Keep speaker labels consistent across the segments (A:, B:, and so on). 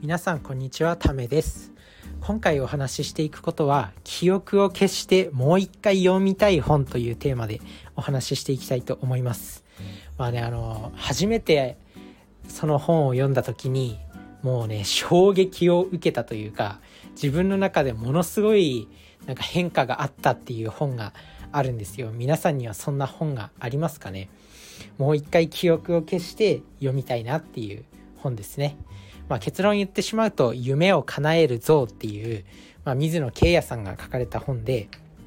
A: 皆さんこんにちは、ためです。今回お話ししていくことは、記憶を消してもう一回読みたい本というテーマでお話ししていきたいと思います。初めてその本を読んだ時にもうね、衝撃を受けたというか、自分の中でものすごい変化があったっていう本があるんですよ。皆さんにはそんな本がありますかね。もう一回記憶を消して読みたいなっていう本ですね。結論言ってしまうと、夢を叶える像っていう、水野慶也さんが書かれた本で、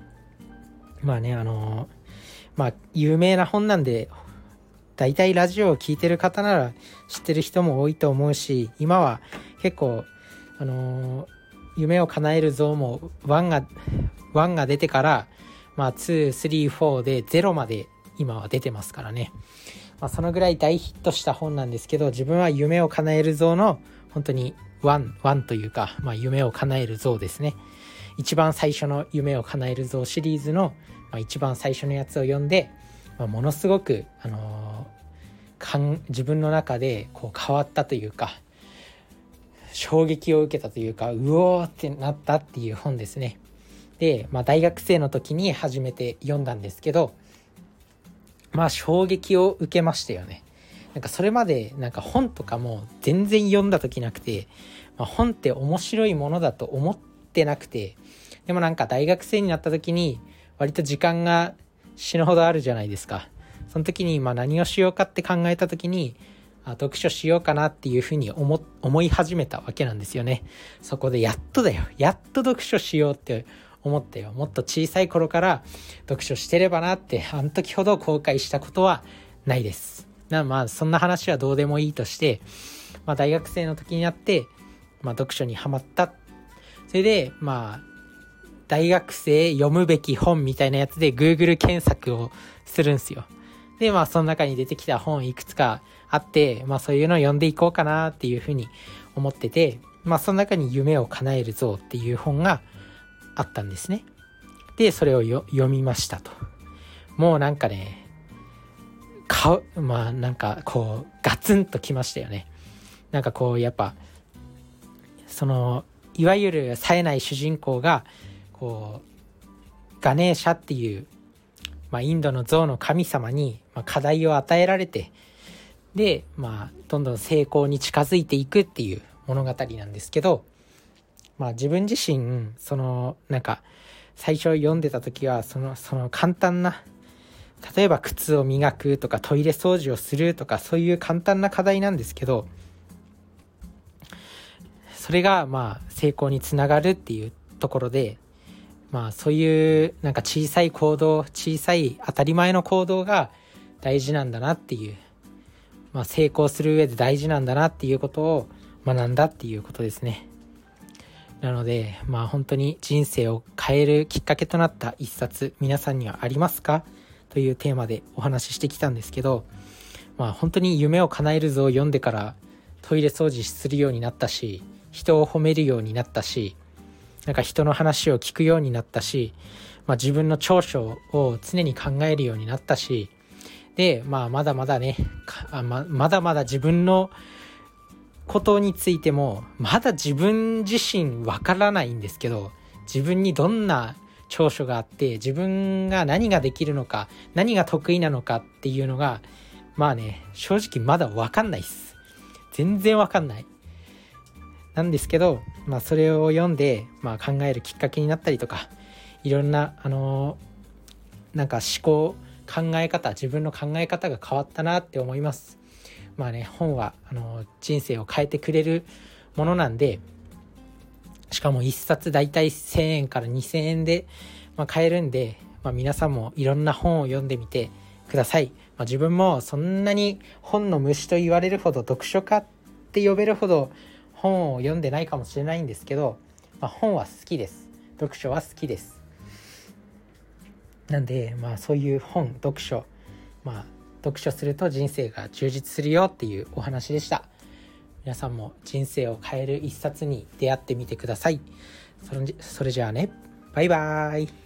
A: 有名な本なんで、だいたいラジオを聞いてる方なら知ってる人も多いと思うし、今は結構夢を叶える像も1が出てから、2、3、4で0まで今は出てますからね。そのぐらい大ヒットした本なんですけど、自分は夢を叶える像の本当に1というか、夢を叶える像ですね。一番最初の夢を叶える像シリーズの、一番最初のやつを読んで、ものすごく、自分の中でこう変わったというか、衝撃を受けたというか、うおーってなったっていう本ですね。で、大学生の時に初めて読んだんですけど、衝撃を受けましたよね。それまで本とかも全然読んだ時なくて、本って面白いものだと思ってなくて、でも大学生になった時に割と時間が死ぬほどあるじゃないですか。その時に何をしようかって考えた時に、読書しようかなっていうふうに思い始めたわけなんですよね。そこでやっと読書しようって思ったよ。もっと小さい頃から読書してればなって、あの時ほど後悔したことはないです。そんな話はどうでもいいとして、大学生の時になって、読書にハマった。それで大学生読むべき本みたいなやつで Google 検索をするんですよ。でその中に出てきた本いくつかあって、そういうのを読んでいこうかなっていうふうに思ってて、その中に夢を叶える像っていう本があったんですね。でそれを読みましたと。もうこうガツンときましたよね。やっぱいわゆる冴えない主人公がガネーシャっていうインドの象の神様に課題を与えられて、でどんどん成功に近づいていくっていう物語なんですけど、自分自身最初読んでた時はその簡単な、例えば靴を磨くとかトイレ掃除をするとか、そういう簡単な課題なんですけど、それが成功につながるっていうところで、そういう小さい行動、小さい当たり前の行動が大事なんだなっていう、成功する上で大事なんだなっていうことを学んだっていうことですね。なので本当に人生を変えるきっかけとなった一冊、皆さんにはありますかというテーマでお話ししてきたんですけど、本当に夢を叶えるぞを読んでからトイレ掃除するようになったし、人を褒めるようになったし、人の話を聞くようになったし、自分の長所を常に考えるようになったし、でまだまだね、まだまだ自分のことについてもまだ自分自身わからないんですけど、自分にどんな長所があって、自分が何ができるのか、何が得意なのかっていうのが正直まだわかんないっす。全然わかんないなんですけど、それを読んで考えるきっかけになったりとか、いろんな思考、考え方、自分の考え方が変わったなって思います。本は人生を変えてくれるものなんで、しかも一冊だいたい1000円から2000円で買えるんで、皆さんもいろんな本を読んでみてください。自分もそんなに本の虫と言われるほど、読書家って呼べるほど本を読んでないかもしれないんですけど、本は好きです。読書は好きです。なんでそういう本、読書すると人生が充実するよっていうお話でした。皆さんも人生を変える一冊に出会ってみてください。それじゃあね、バイバーイ。